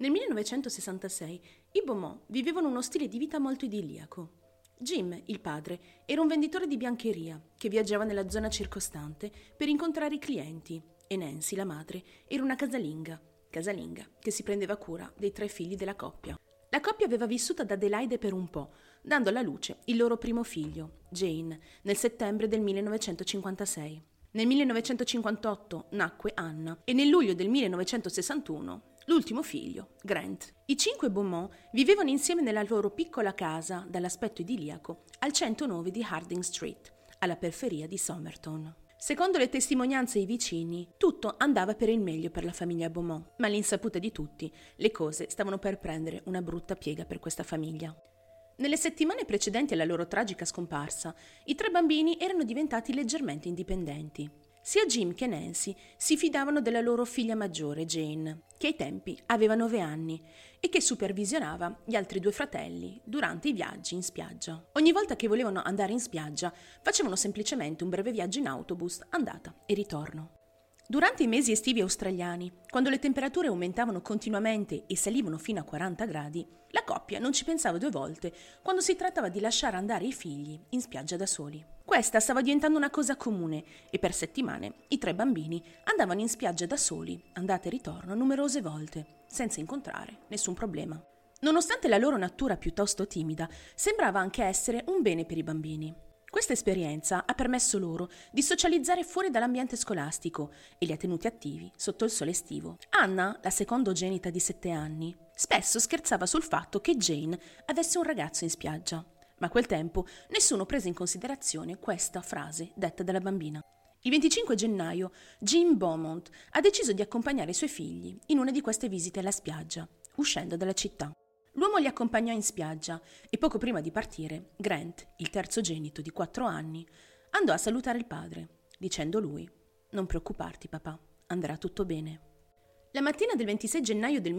Nel 1966 i Beaumont vivevano uno stile di vita molto idilliaco. Jim, il padre, era un venditore di biancheria che viaggiava nella zona circostante per incontrare i clienti e Nancy, la madre, era una casalinga che si prendeva cura dei 3 figli della coppia. La coppia aveva vissuto ad Adelaide per un po', dando alla luce il loro primo figlio, Jane, nel settembre del 1956. Nel 1958 nacque Anna e nel luglio del 1961 l'ultimo figlio, Grant. I 5 Beaumont vivevano insieme nella loro piccola casa dall'aspetto idilliaco al 109 di Harding Street, alla periferia di Somerton. Secondo le testimonianze dei vicini, tutto andava per il meglio per la famiglia Beaumont, ma all'insaputa di tutti, le cose stavano per prendere una brutta piega per questa famiglia. Nelle settimane precedenti alla loro tragica scomparsa, i 3 bambini erano diventati leggermente indipendenti. Sia Jim che Nancy si fidavano della loro figlia maggiore, Jane, che ai tempi aveva 9 anni e che supervisionava gli altri 2 fratelli durante i viaggi in spiaggia. Ogni volta che volevano andare in spiaggia, facevano semplicemente un breve viaggio in autobus, andata e ritorno. Durante i mesi estivi australiani, quando le temperature aumentavano continuamente e salivano fino a 40 gradi, la coppia non ci pensava 2 volte quando si trattava di lasciare andare i figli in spiaggia da soli. Questa stava diventando una cosa comune e per settimane i 3 bambini andavano in spiaggia da soli, andata e ritorno numerose volte, senza incontrare nessun problema. Nonostante la loro natura piuttosto timida, sembrava anche essere un bene per i bambini. Questa esperienza ha permesso loro di socializzare fuori dall'ambiente scolastico e li ha tenuti attivi sotto il sole estivo. Anna, la secondogenita di 7 anni, spesso scherzava sul fatto che Jane avesse un ragazzo in spiaggia, ma a quel tempo nessuno prese in considerazione questa frase detta dalla bambina. Il 25 gennaio Jim Beaumont ha deciso di accompagnare i suoi figli in una di queste visite alla spiaggia, uscendo dalla città. L'uomo li accompagnò in spiaggia e poco prima di partire, Grant, il terzogenito di 4 anni, andò a salutare il padre, dicendo lui: «Non preoccuparti, papà, andrà tutto bene». La mattina del 26 gennaio del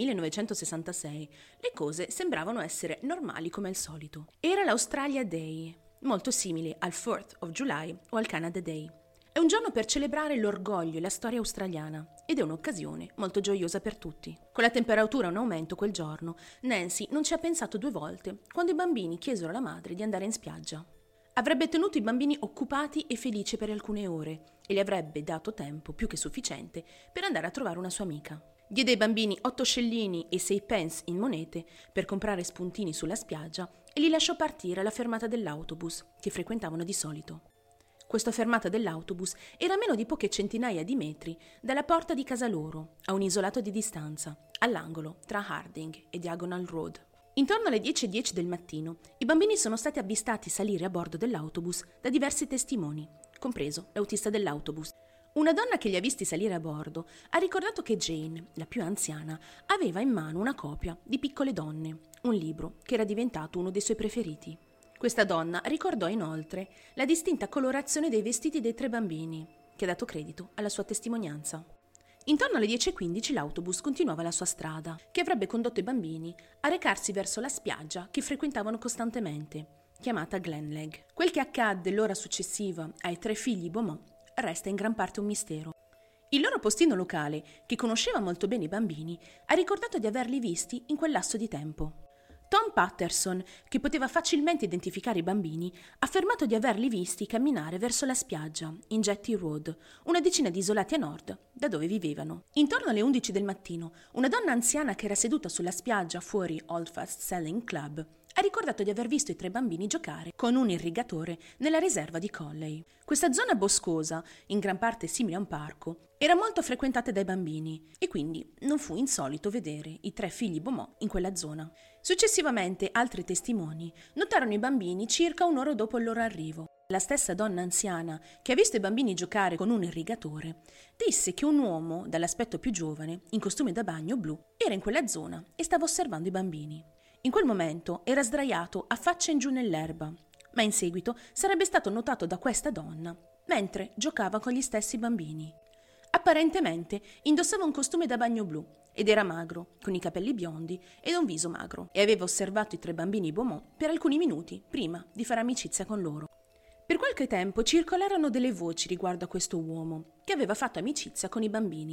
1966 le cose sembravano essere normali come al solito. Era l'Australia Day, molto simile al 4th of July o al Canada Day. È un giorno per celebrare l'orgoglio e la storia australiana ed è un'occasione molto gioiosa per tutti. Con la temperatura in aumento quel giorno, Nancy non ci ha pensato 2 volte quando i bambini chiesero alla madre di andare in spiaggia. Avrebbe tenuto i bambini occupati e felici per alcune ore e gli avrebbe dato tempo più che sufficiente per andare a trovare una sua amica. Diede ai bambini 8 scellini e 6 pence in monete per comprare spuntini sulla spiaggia e li lasciò partire alla fermata dell'autobus che frequentavano di solito. Questa fermata dell'autobus era a meno di poche centinaia di metri dalla porta di casa loro, a un isolato di distanza, all'angolo tra Harding e Diagonal Road. Intorno alle 10:10 del mattino, i bambini sono stati avvistati salire a bordo dell'autobus da diversi testimoni, compreso l'autista dell'autobus. Una donna che li ha visti salire a bordo ha ricordato che Jane, la più anziana, aveva in mano una copia di Piccole donne, un libro che era diventato uno dei suoi preferiti. Questa donna ricordò inoltre la distinta colorazione dei vestiti dei 3 bambini, che ha dato credito alla sua testimonianza. Intorno alle 10:15 l'autobus continuava la sua strada, che avrebbe condotto i bambini a recarsi verso la spiaggia che frequentavano costantemente, chiamata Glenlegg. Quel che accadde l'ora successiva ai 3 figli Beaumont resta in gran parte un mistero. Il loro postino locale, che conosceva molto bene i bambini, ha ricordato di averli visti in quel lasso di tempo. Tom Patterson, che poteva facilmente identificare i bambini, ha affermato di averli visti camminare verso la spiaggia, in Jetty Road, una decina di isolati a nord da dove vivevano. Intorno alle 11 del mattino, una donna anziana che era seduta sulla spiaggia fuori Old Fast Selling Club ha ricordato di aver visto i 3 bambini giocare con un irrigatore nella riserva di Colley. Questa zona boscosa, in gran parte simile a un parco, era molto frequentata dai bambini e quindi non fu insolito vedere i 3 figli Beaumont in quella zona. Successivamente altri testimoni notarono i bambini circa un'ora dopo il loro arrivo. La stessa donna anziana che ha visto i bambini giocare con un irrigatore disse che un uomo dall'aspetto più giovane, in costume da bagno blu, era in quella zona e stava osservando i bambini. In quel momento era sdraiato a faccia in giù nell'erba, ma in seguito sarebbe stato notato da questa donna mentre giocava con gli stessi bambini. Apparentemente indossava un costume da bagno blu ed era magro, con i capelli biondi ed un viso magro, e aveva osservato i 3 bambini Beaumont per alcuni minuti prima di fare amicizia con loro. Per qualche tempo circolarono delle voci riguardo a questo uomo che aveva fatto amicizia con i bambini,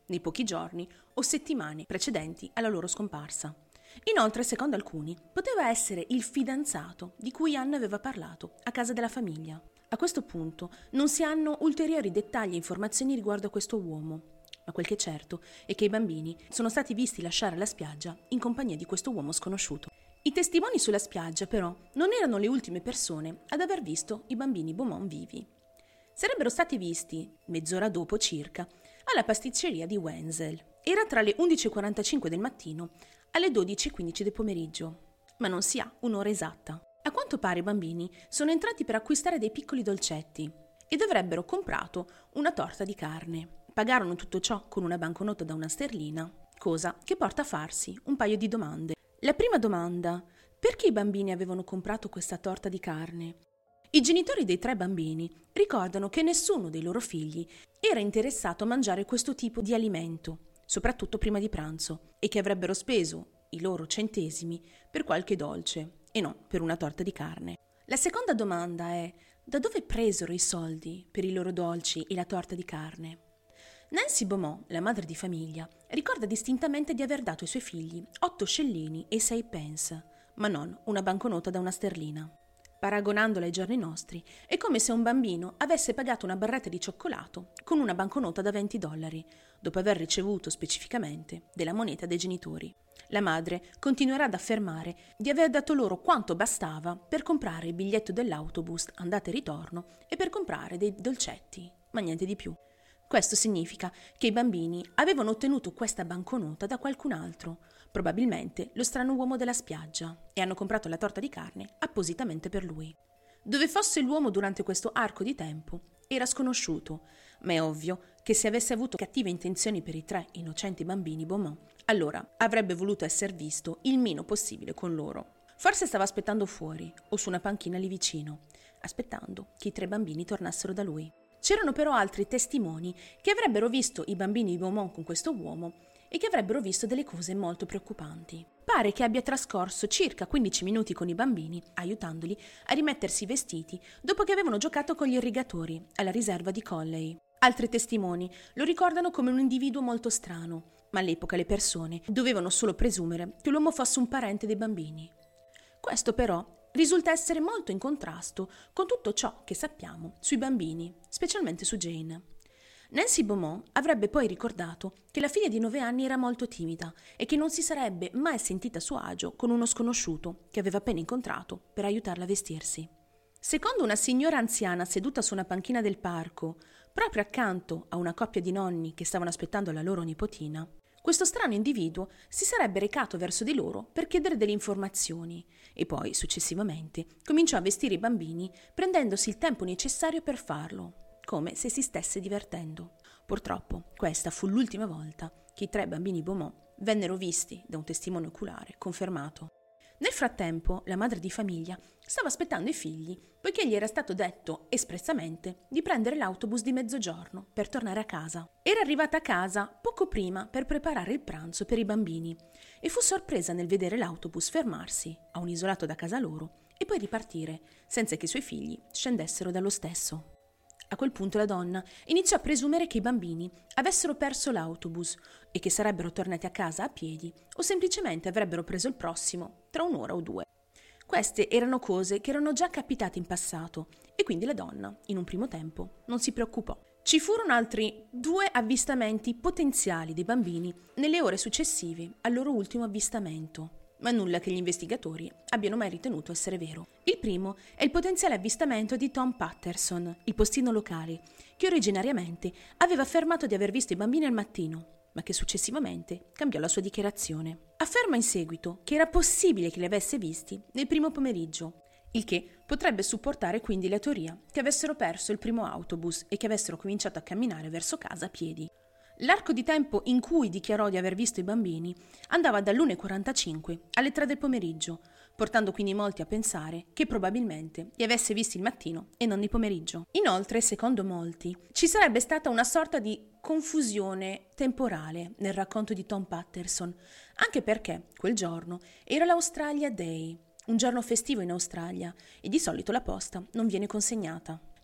nei pochi giorni o settimane precedenti alla loro scomparsa. Inoltre, secondo alcuni, poteva essere il fidanzato di cui Anne aveva parlato a casa della famiglia. A questo punto non si hanno ulteriori dettagli e informazioni riguardo a questo uomo, ma quel che è certo è che i bambini sono stati visti lasciare la spiaggia in compagnia di questo uomo sconosciuto. I testimoni sulla spiaggia, però, non erano le ultime persone ad aver visto i bambini Beaumont vivi. Sarebbero stati visti, mezz'ora dopo circa, alla pasticceria di Wenzel. Era tra le 11:45 del mattino alle 12:15 del pomeriggio, ma non si ha un'ora esatta. A quanto pare i bambini sono entrati per acquistare dei piccoli dolcetti ed avrebbero comprato una torta di carne. Pagarono tutto ciò con una banconota da una sterlina, cosa che porta a farsi un paio di domande. La prima domanda: perché i bambini avevano comprato questa torta di carne? I genitori dei 3 bambini ricordano che nessuno dei loro figli era interessato a mangiare questo tipo di alimento, soprattutto prima di pranzo, e che avrebbero speso i loro centesimi per qualche dolce e non per una torta di carne. La seconda domanda è: da dove presero i soldi per i loro dolci e la torta di carne? Nancy Beaumont, la madre di famiglia, ricorda distintamente di aver dato ai suoi figli 8 scellini e 6 pence, ma non una banconota da una sterlina. Paragonandola ai giorni nostri, è come se un bambino avesse pagato una barretta di cioccolato con una banconota da $20, dopo aver ricevuto specificamente della moneta dei genitori. La madre continuerà ad affermare di aver dato loro quanto bastava per comprare il biglietto dell'autobus andata e ritorno e per comprare dei dolcetti, ma niente di più. Questo significa che i bambini avevano ottenuto questa banconota da qualcun altro, probabilmente lo strano uomo della spiaggia, e hanno comprato la torta di carne appositamente per lui. Dove fosse l'uomo durante questo arco di tempo era sconosciuto, ma è ovvio che se avesse avuto cattive intenzioni per i 3 innocenti bambini Beaumont, allora avrebbe voluto essere visto il meno possibile con loro. Forse stava aspettando fuori o su una panchina lì vicino, aspettando che i 3 bambini tornassero da lui. C'erano però altri testimoni che avrebbero visto i bambini Beaumont con questo uomo e che avrebbero visto delle cose molto preoccupanti. Pare che abbia trascorso circa 15 minuti con i bambini, aiutandoli a rimettersi i vestiti dopo che avevano giocato con gli irrigatori alla riserva di Colley. Altri testimoni lo ricordano come un individuo molto strano, ma all'epoca le persone dovevano solo presumere che l'uomo fosse un parente dei bambini. Questo però risulta essere molto in contrasto con tutto ciò che sappiamo sui bambini, specialmente su Jane. Nancy Beaumont avrebbe poi ricordato che la figlia di 9 anni era molto timida e che non si sarebbe mai sentita a suo agio con uno sconosciuto che aveva appena incontrato per aiutarla a vestirsi. Secondo una signora anziana seduta su una panchina del parco, proprio accanto a una coppia di nonni che stavano aspettando la loro nipotina, questo strano individuo si sarebbe recato verso di loro per chiedere delle informazioni e poi, successivamente, cominciò a vestire i bambini prendendosi il tempo necessario per farlo, come se si stesse divertendo. Purtroppo, questa fu l'ultima volta che i 3 bambini Beaumont vennero visti da un testimone oculare confermato. Nel frattempo, la madre di famiglia stava aspettando i figli, poiché gli era stato detto espressamente di prendere l'autobus di mezzogiorno per tornare a casa. Era arrivata a casa poco prima per preparare il pranzo per i bambini e fu sorpresa nel vedere l'autobus fermarsi a un isolato da casa loro e poi ripartire senza che i suoi figli scendessero dallo stesso. A quel punto la donna iniziò a presumere che i bambini avessero perso l'autobus e che sarebbero tornati a casa a piedi o semplicemente avrebbero preso il prossimo tra un'ora o 2. Queste erano cose che erano già capitate in passato e quindi la donna, in un primo tempo, non si preoccupò. Ci furono altri 2 avvistamenti potenziali dei bambini nelle ore successive al loro ultimo avvistamento, ma nulla che gli investigatori abbiano mai ritenuto essere vero. Il primo è il potenziale avvistamento di Tom Patterson, il postino locale, che originariamente aveva affermato di aver visto i bambini al mattino, ma che successivamente cambiò la sua dichiarazione. Afferma in seguito che era possibile che li avesse visti nel primo pomeriggio, il che potrebbe supportare quindi la teoria che avessero perso il primo autobus e che avessero cominciato a camminare verso casa a piedi. L'arco di tempo in cui dichiarò di aver visto i bambini andava dall'1:45 alle 3 del pomeriggio, portando quindi molti a pensare che probabilmente li avesse visti il mattino e non di pomeriggio. Inoltre, secondo molti, ci sarebbe stata una sorta di confusione temporale nel racconto di Tom Patterson, anche perché quel giorno era l'Australia Day, un giorno festivo in Australia, e di solito la posta non viene consegnata.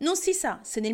Non si sa se nel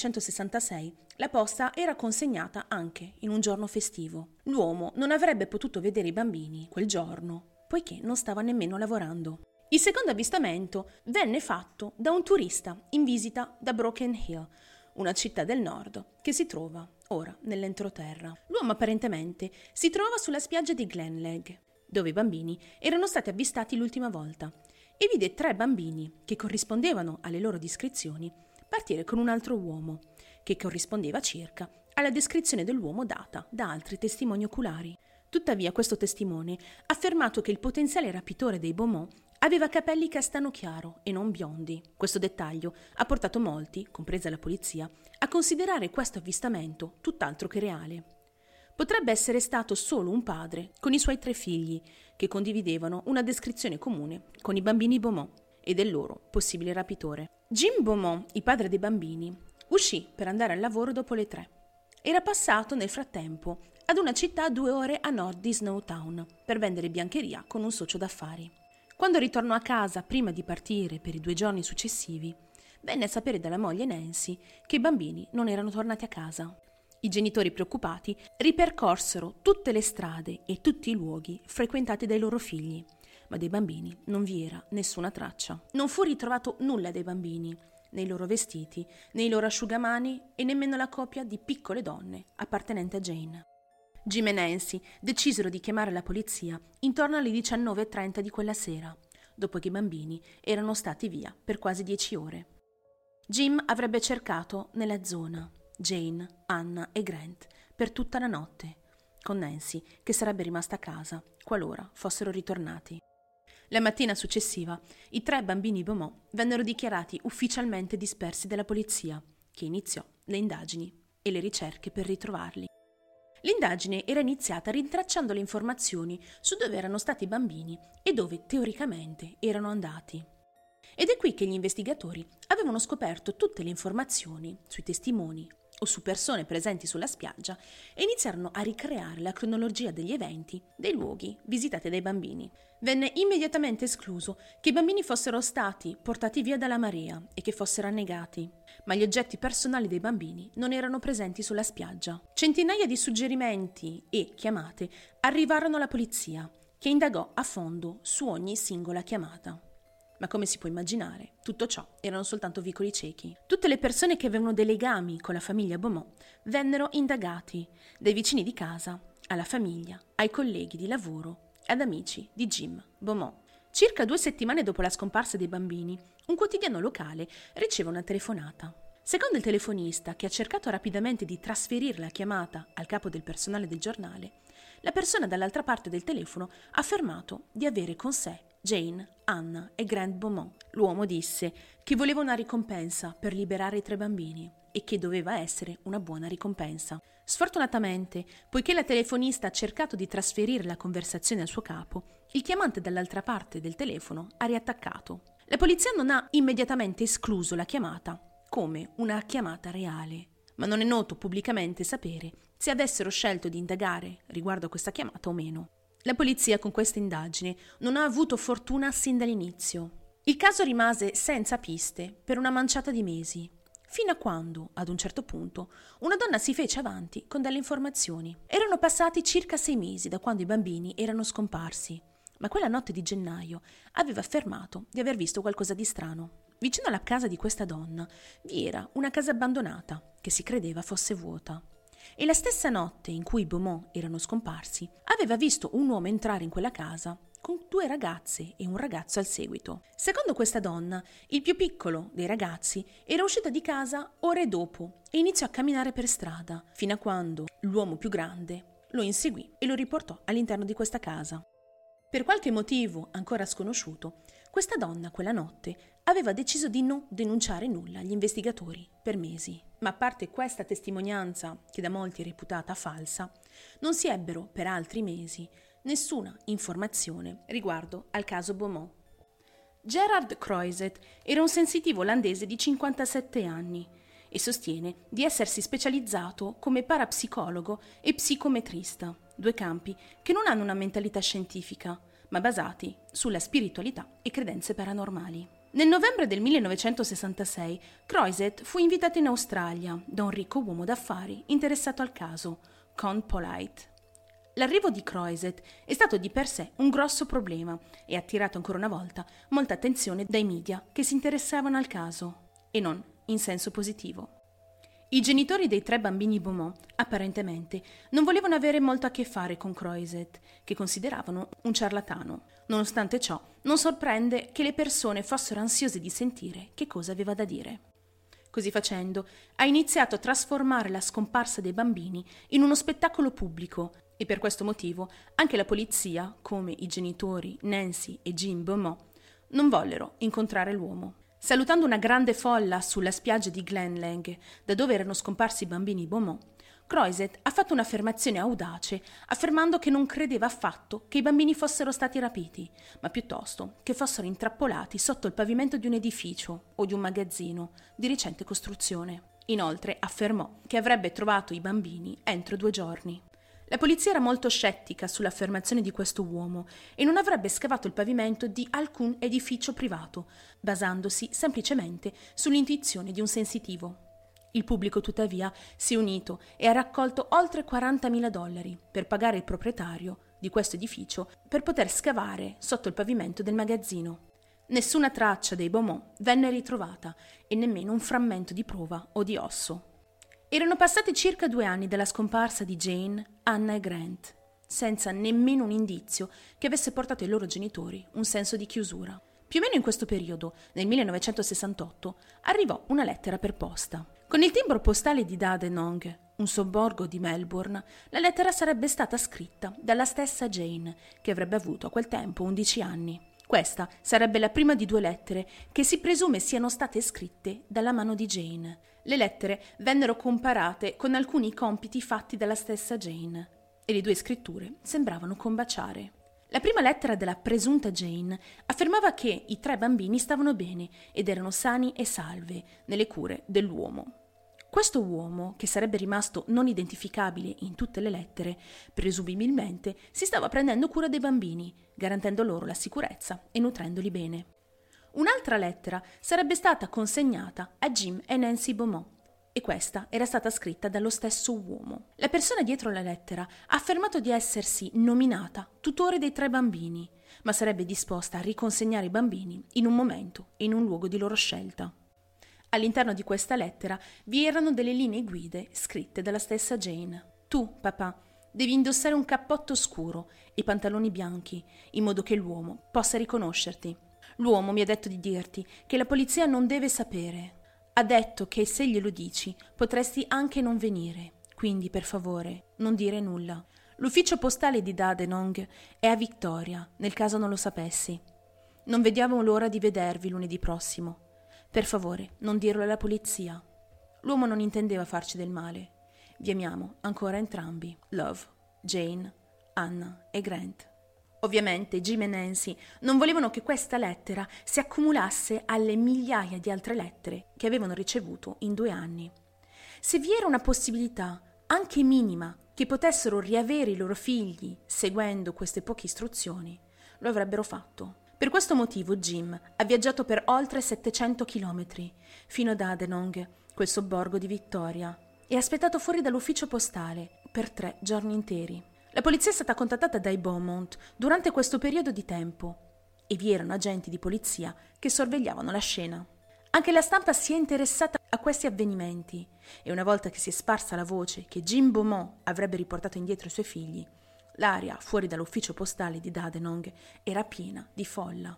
1966 la posta era consegnata anche in un giorno festivo. L'uomo non avrebbe potuto vedere i bambini quel giorno, poiché non stava nemmeno lavorando. Il secondo avvistamento venne fatto da un turista in visita da Broken Hill, una città del nord che si trova ora nell'entroterra. L'uomo apparentemente si trovava sulla spiaggia di Glenlegg, dove i bambini erano stati avvistati l'ultima volta, e vide 3 bambini che corrispondevano alle loro descrizioni partire con un altro uomo, che corrispondeva circa alla descrizione dell'uomo data da altri testimoni oculari. Tuttavia questo testimone ha affermato che il potenziale rapitore dei Beaumont aveva capelli castano chiaro e non biondi. Questo dettaglio ha portato molti, compresa la polizia, a considerare questo avvistamento tutt'altro che reale. Potrebbe essere stato solo un padre con i suoi 3 figli, che condividevano una descrizione comune con i bambini Beaumont e del loro possibile rapitore. Jim Beaumont, il padre dei bambini, uscì per andare al lavoro dopo le 3. Era passato nel frattempo ad una città a 2 ore a nord di Snowtown per vendere biancheria con un socio d'affari. Quando ritornò a casa prima di partire per i 2 giorni successivi, venne a sapere dalla moglie Nancy che i bambini non erano tornati a casa. I genitori preoccupati ripercorsero tutte le strade e tutti i luoghi frequentati dai loro figli, ma dei bambini non vi era nessuna traccia. Non fu ritrovato nulla dei bambini, né i loro vestiti, né i loro asciugamani e nemmeno la coppia di piccole donne appartenente a Jane. Jim e Nancy decisero di chiamare la polizia intorno alle 19:30 di quella sera, dopo che i bambini erano stati via per quasi 10 ore. Jim avrebbe cercato nella zona Jane, Anna e Grant per tutta la notte, con Nancy che sarebbe rimasta a casa qualora fossero ritornati. La mattina successiva, i 3 bambini Beaumont vennero dichiarati ufficialmente dispersi dalla polizia, che iniziò le indagini e le ricerche per ritrovarli. L'indagine era iniziata rintracciando le informazioni su dove erano stati i bambini e dove teoricamente erano andati. Ed è qui che gli investigatori avevano scoperto tutte le informazioni sui testimoni o su persone presenti sulla spiaggia e iniziarono a ricreare la cronologia degli eventi, dei luoghi visitati dai bambini. Venne immediatamente escluso che i bambini fossero stati portati via dalla marea e che fossero annegati, ma gli oggetti personali dei bambini non erano presenti sulla spiaggia. Centinaia di suggerimenti e chiamate arrivarono alla polizia, che indagò a fondo su ogni singola chiamata. Ma come si può immaginare, tutto ciò erano soltanto vicoli ciechi. Tutte le persone che avevano dei legami con la famiglia Beaumont vennero indagati, dai vicini di casa, alla famiglia, ai colleghi di lavoro e ad amici di Jim Beaumont. Circa 2 settimane dopo la scomparsa dei bambini, un quotidiano locale riceve una telefonata. Secondo il telefonista, che ha cercato rapidamente di trasferire la chiamata al capo del personale del giornale, la persona dall'altra parte del telefono ha affermato di avere con sé Jane, Anna e Grant Beaumont. L'uomo disse che voleva una ricompensa per liberare i 3 bambini e che doveva essere una buona ricompensa. Sfortunatamente, poiché la telefonista ha cercato di trasferire la conversazione al suo capo, il chiamante dall'altra parte del telefono ha riattaccato. La polizia non ha immediatamente escluso la chiamata come una chiamata reale, ma non è noto pubblicamente sapere se avessero scelto di indagare riguardo a questa chiamata o meno. La polizia con questa indagine non ha avuto fortuna sin dall'inizio. Il caso rimase senza piste per una manciata di mesi, fino a quando, ad un certo punto, una donna si fece avanti con delle informazioni. Erano passati circa 6 mesi da quando i bambini erano scomparsi, ma quella notte di gennaio aveva affermato di aver visto qualcosa di strano. Vicino alla casa di questa donna vi era una casa abbandonata che si credeva fosse vuota. E la stessa notte in cui i Beaumont erano scomparsi, aveva visto un uomo entrare in quella casa con 2 ragazze e un ragazzo al seguito. Secondo questa donna, il più piccolo dei ragazzi era uscito di casa ore dopo e iniziò a camminare per strada, fino a quando l'uomo più grande lo inseguì e lo riportò all'interno di questa casa. Per qualche motivo ancora sconosciuto, questa donna quella notte aveva deciso di non denunciare nulla agli investigatori per mesi. Ma a parte questa testimonianza, che da molti è reputata falsa, non si ebbero per altri mesi nessuna informazione riguardo al caso Beaumont. Gerard Croiset era un sensitivo olandese di 57 anni e sostiene di essersi specializzato come parapsicologo e psicometrista, 2 campi che non hanno una mentalità scientifica, ma basati sulla spiritualità e credenze paranormali. Nel novembre del 1966, Croiset fu invitato in Australia da un ricco uomo d'affari interessato al caso, Con Polite. L'arrivo di Croiset è stato di per sé un grosso problema e ha attirato ancora una volta molta attenzione dai media che si interessavano al caso, e non in senso positivo. I genitori dei 3 bambini Beaumont, apparentemente, non volevano avere molto a che fare con Croiset, che consideravano un ciarlatano. Nonostante ciò, non sorprende che le persone fossero ansiose di sentire che cosa aveva da dire. Così facendo, ha iniziato a trasformare la scomparsa dei bambini in uno spettacolo pubblico e per questo motivo anche la polizia, come i genitori Nancy e Jim Beaumont, non vollero incontrare l'uomo. Salutando una grande folla sulla spiaggia di Glenelg, da dove erano scomparsi i bambini Beaumont, Croiset ha fatto un'affermazione audace, affermando che non credeva affatto che i bambini fossero stati rapiti, ma piuttosto che fossero intrappolati sotto il pavimento di un edificio o di un magazzino di recente costruzione. Inoltre affermò che avrebbe trovato i bambini entro 2 giorni. La polizia era molto scettica sull'affermazione di questo uomo e non avrebbe scavato il pavimento di alcun edificio privato, basandosi semplicemente sull'intuizione di un sensitivo. Il pubblico, tuttavia, si è unito e ha raccolto oltre $40.000 per pagare il proprietario di questo edificio per poter scavare sotto il pavimento del magazzino. Nessuna traccia dei Beaumont venne ritrovata e nemmeno un frammento di prova o di osso. Erano passati circa 2 anni dalla scomparsa di Jane, Anna e Grant, senza nemmeno un indizio che avesse portato ai loro genitori un senso di chiusura. Più o meno in questo periodo, nel 1968, arrivò una lettera per posta. Con il timbro postale di Dandenong, un sobborgo di Melbourne, la lettera sarebbe stata scritta dalla stessa Jane, che avrebbe avuto a quel tempo 11 anni. Questa sarebbe la prima di 2 lettere che si presume siano state scritte dalla mano di Jane. Le lettere vennero comparate con alcuni compiti fatti dalla stessa Jane e le 2 scritture sembravano combaciare. La prima lettera della presunta Jane affermava che i 3 bambini stavano bene ed erano sani e salve nelle cure dell'uomo. Questo uomo, che sarebbe rimasto non identificabile in tutte le lettere, presumibilmente si stava prendendo cura dei bambini, garantendo loro la sicurezza e nutrendoli bene. Un'altra lettera sarebbe stata consegnata a Jim e Nancy Beaumont e questa era stata scritta dallo stesso uomo. La persona dietro la lettera ha affermato di essersi nominata tutore dei 3 bambini, ma sarebbe disposta a riconsegnare i bambini in un momento e in un luogo di loro scelta. All'interno di questa lettera vi erano delle linee guide scritte dalla stessa Jane. Tu, papà, devi indossare un cappotto scuro e pantaloni bianchi, in modo che l'uomo possa riconoscerti. L'uomo mi ha detto di dirti che la polizia non deve sapere. Ha detto che se glielo dici potresti anche non venire, quindi per favore non dire nulla. L'ufficio postale di Dandenong è a Victoria, nel caso non lo sapessi. Non vediamo l'ora di vedervi lunedì prossimo. Per favore, non dirlo alla polizia. L'uomo non intendeva farci del male. Vi amiamo ancora entrambi. Love, Jane, Anna e Grant. Ovviamente Jim e Nancy non volevano che questa lettera si accumulasse alle migliaia di altre lettere che avevano ricevuto in 2 anni. Se vi era una possibilità, anche minima, che potessero riavere i loro figli seguendo queste poche istruzioni, lo avrebbero fatto. Per questo motivo Jim ha viaggiato per oltre 700 chilometri fino ad Dandenong, quel sobborgo di Victoria, e ha aspettato fuori dall'ufficio postale per 3 giorni interi. La polizia è stata contattata dai Beaumont durante questo periodo di tempo e vi erano agenti di polizia che sorvegliavano la scena. Anche la stampa si è interessata a questi avvenimenti e una volta che si è sparsa la voce che Jim Beaumont avrebbe riportato indietro i suoi figli, l'aria fuori dall'ufficio postale di Dandenong era piena di folla.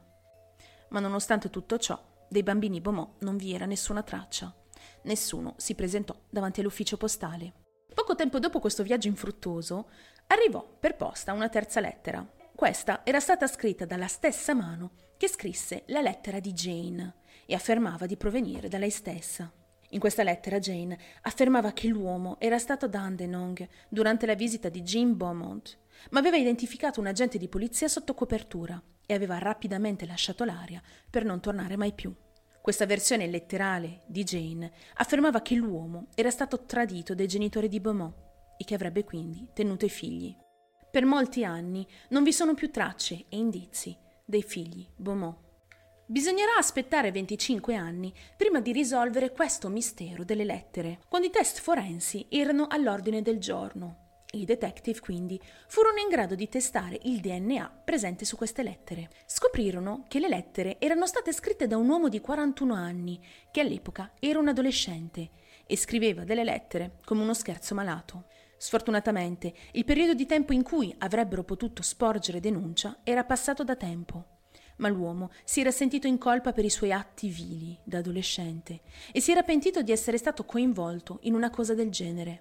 Ma nonostante tutto ciò, dei bambini Beaumont non vi era nessuna traccia. Nessuno si presentò davanti all'ufficio postale. Poco tempo dopo questo viaggio infruttuoso, arrivò per posta una terza lettera. Questa era stata scritta dalla stessa mano che scrisse la lettera di Jane e affermava di provenire da lei stessa. In questa lettera Jane affermava che l'uomo era stato a Dandenong durante la visita di Jim Beaumont, ma aveva identificato un agente di polizia sotto copertura e aveva rapidamente lasciato l'area per non tornare mai più. Questa versione letterale di Jane affermava che l'uomo era stato tradito dai genitori di Beaumont e che avrebbe quindi tenuto i figli. Per molti anni non vi sono più tracce e indizi dei figli Beaumont. Bisognerà aspettare 25 anni prima di risolvere questo mistero delle lettere, quando i test forensi erano all'ordine del giorno. I detective quindi furono in grado di testare il DNA presente su queste lettere. Scoprirono che le lettere erano state scritte da un uomo di 41 anni, che all'epoca era un adolescente, e scriveva delle lettere come uno scherzo malato. Sfortunatamente, il periodo di tempo in cui avrebbero potuto sporgere denuncia era passato da tempo. Ma l'uomo si era sentito in colpa per i suoi atti vili da adolescente e si era pentito di essere stato coinvolto in una cosa del genere.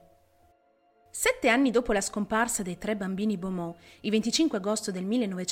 7 anni dopo la scomparsa dei 3 bambini Beaumont, il 25 agosto del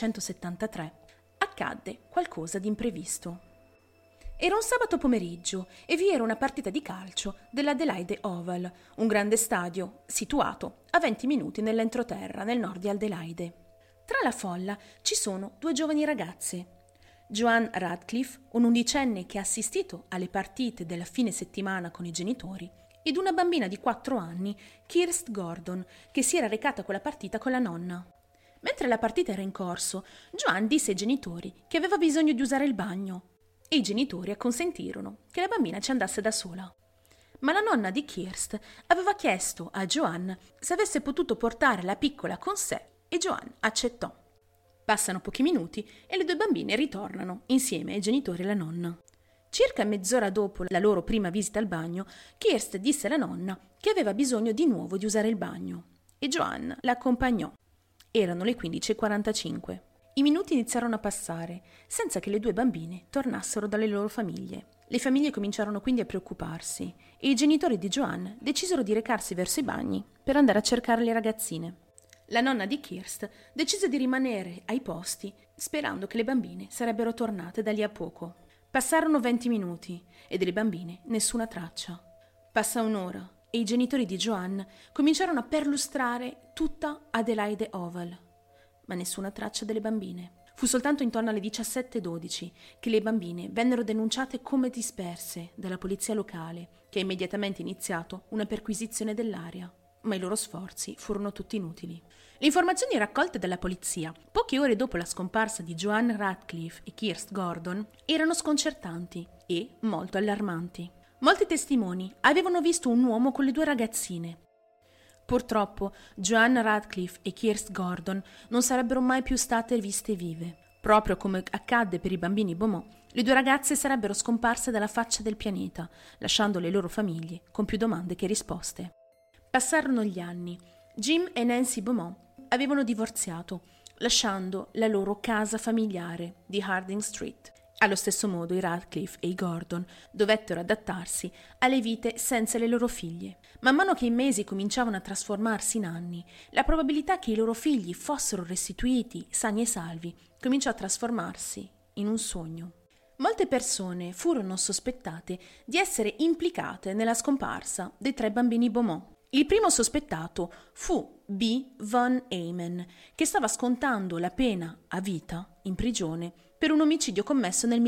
1973, accadde qualcosa di imprevisto. Era un sabato pomeriggio e vi era una partita di calcio dell'Adelaide Oval, un grande stadio situato a 20 minuti nell'entroterra nel nord di Adelaide. Tra la folla ci sono 2 giovani ragazze. Joanne Radcliffe, un undicenne che ha assistito alle partite della fine settimana con i genitori, ed una bambina di 4 anni, Kirst Gordon, che si era recata a quella partita con la nonna. Mentre la partita era in corso, Joanne disse ai genitori che aveva bisogno di usare il bagno e i genitori acconsentirono che la bambina ci andasse da sola. Ma la nonna di Kirst aveva chiesto a Joanne se avesse potuto portare la piccola con sé e Joanne accettò. Passano pochi minuti e le 2 bambine ritornano insieme ai genitori e alla nonna. Circa mezz'ora dopo la loro prima visita al bagno, Kirst disse alla nonna che aveva bisogno di nuovo di usare il bagno e Joanne la accompagnò. Erano le 15:45. I minuti iniziarono a passare senza che le 2 bambine tornassero dalle loro famiglie. Le famiglie cominciarono quindi a preoccuparsi e i genitori di Joanne decisero di recarsi verso i bagni per andare a cercare le ragazzine. La nonna di Kirst decise di rimanere ai posti sperando che le bambine sarebbero tornate da lì a poco. Passarono 20 minuti e delle bambine nessuna traccia. Passa un'ora e i genitori di Joanne cominciarono a perlustrare tutta Adelaide Oval, ma nessuna traccia delle bambine. Fu soltanto intorno alle 17:12 che le bambine vennero denunciate come disperse dalla polizia locale, che ha immediatamente iniziato una perquisizione dell'area. Ma i loro sforzi furono tutti inutili. Le informazioni raccolte dalla polizia, poche ore dopo la scomparsa di Joanne Radcliffe e Kirst Gordon, erano sconcertanti e molto allarmanti. Molti testimoni avevano visto un uomo con le 2 ragazzine. Purtroppo, Joanne Radcliffe e Kirst Gordon non sarebbero mai più state viste vive. Proprio come accadde per i bambini Beaumont, le 2 ragazze sarebbero scomparse dalla faccia del pianeta, lasciando le loro famiglie con più domande che risposte. Passarono gli anni. Jim e Nancy Beaumont avevano divorziato, lasciando la loro casa familiare di Harding Street. Allo stesso modo i Radcliffe e i Gordon dovettero adattarsi alle vite senza le loro figlie. Man mano che i mesi cominciavano a trasformarsi in anni, la probabilità che i loro figli fossero restituiti sani e salvi cominciò a trasformarsi in un sogno. Molte persone furono sospettate di essere implicate nella scomparsa dei 3 bambini Beaumont. Il primo sospettato fu B. Von Eyman, che stava scontando la pena a vita in prigione per un omicidio commesso nel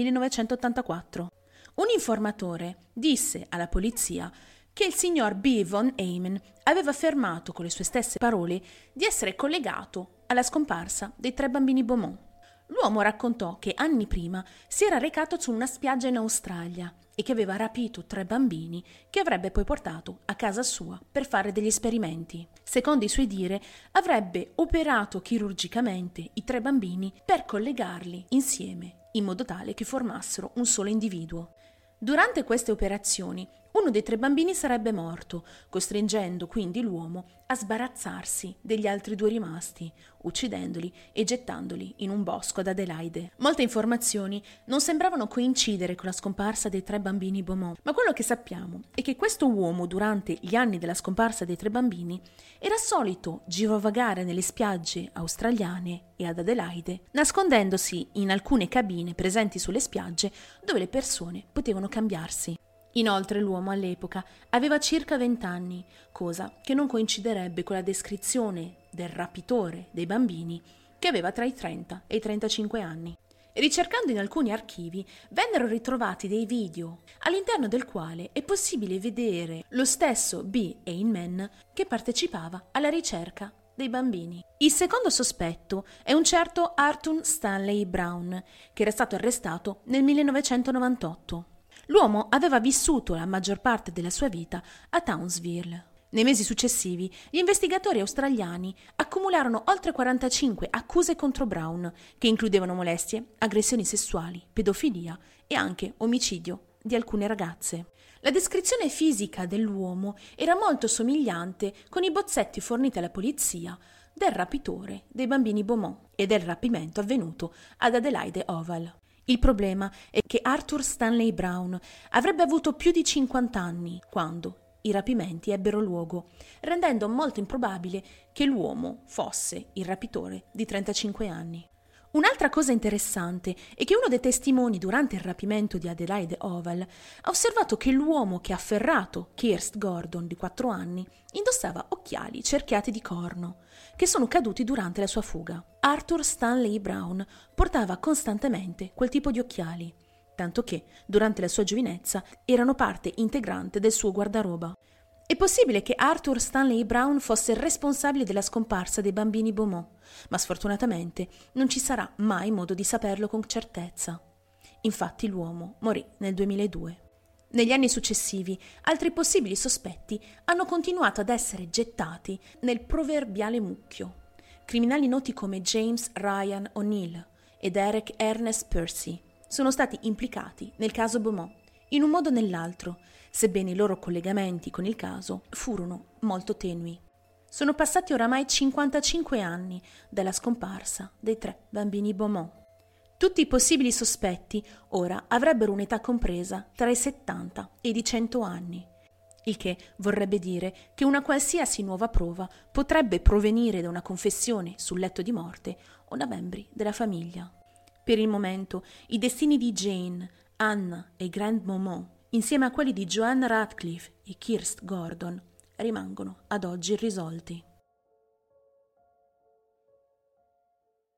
1984. Un informatore disse alla polizia che il signor B. Von Eyman aveva affermato con le sue stesse parole di essere collegato alla scomparsa dei 3 bambini Beaumont. L'uomo raccontò che anni prima si era recato su una spiaggia in Australia e che aveva rapito 3 bambini che avrebbe poi portato a casa sua per fare degli esperimenti. Secondo i suoi dire, avrebbe operato chirurgicamente i 3 bambini per collegarli insieme, in modo tale che formassero un solo individuo. Durante queste operazioni, uno dei 3 bambini sarebbe morto, costringendo quindi l'uomo a sbarazzarsi degli altri 2 rimasti, uccidendoli e gettandoli in un bosco ad Adelaide. Molte informazioni non sembravano coincidere con la scomparsa dei 3 bambini Beaumont, ma quello che sappiamo è che questo uomo, durante gli anni della scomparsa dei 3 bambini, era solito girovagare nelle spiagge australiane e ad Adelaide, nascondendosi in alcune cabine presenti sulle spiagge dove le persone potevano cambiarsi. Inoltre l'uomo all'epoca aveva circa 20 anni, cosa che non coinciderebbe con la descrizione del rapitore dei bambini, che aveva tra i 30 e i 35 anni. Ricercando in alcuni archivi, vennero ritrovati dei video, all'interno del quale è possibile vedere lo stesso B. Eyman che partecipava alla ricerca dei bambini. Il secondo sospetto è un certo Arthur Stanley Brown, che era stato arrestato nel 1998. L'uomo aveva vissuto la maggior parte della sua vita a Townsville. Nei mesi successivi, gli investigatori australiani accumularono oltre 45 accuse contro Brown, che includevano molestie, aggressioni sessuali, pedofilia e anche omicidio di alcune ragazze. La descrizione fisica dell'uomo era molto somigliante con i bozzetti forniti alla polizia del rapitore dei bambini Beaumont e del rapimento avvenuto ad Adelaide Oval. Il problema è che Arthur Stanley Brown avrebbe avuto più di 50 anni quando i rapimenti ebbero luogo, rendendo molto improbabile che l'uomo fosse il rapitore di 35 anni. Un'altra cosa interessante è che uno dei testimoni durante il rapimento di Adelaide Oval ha osservato che l'uomo che ha afferrato Kirst Gordon di 4 anni indossava occhiali cerchiati di corno, che sono caduti durante la sua fuga. Arthur Stanley Brown portava costantemente quel tipo di occhiali, tanto che, durante la sua giovinezza, erano parte integrante del suo guardaroba. È possibile che Arthur Stanley Brown fosse il responsabile della scomparsa dei bambini Beaumont, ma sfortunatamente non ci sarà mai modo di saperlo con certezza. Infatti l'uomo morì nel 2002. Negli anni successivi, altri possibili sospetti hanno continuato ad essere gettati nel proverbiale mucchio. Criminali noti come James Ryan O'Neill e Derek Ernest Percy sono stati implicati nel caso Beaumont, in un modo o nell'altro, sebbene i loro collegamenti con il caso furono molto tenui. Sono passati oramai 55 anni dalla scomparsa dei 3 bambini Beaumont. Tutti i possibili sospetti ora avrebbero un'età compresa tra i 70 e i 100 anni, il che vorrebbe dire che una qualsiasi nuova prova potrebbe provenire da una confessione sul letto di morte o da membri della famiglia. Per il momento, i destini di Jane, Anna e Grant Beaumont, insieme a quelli di Joanne Radcliffe e Kirst Gordon, rimangono ad oggi irrisolti.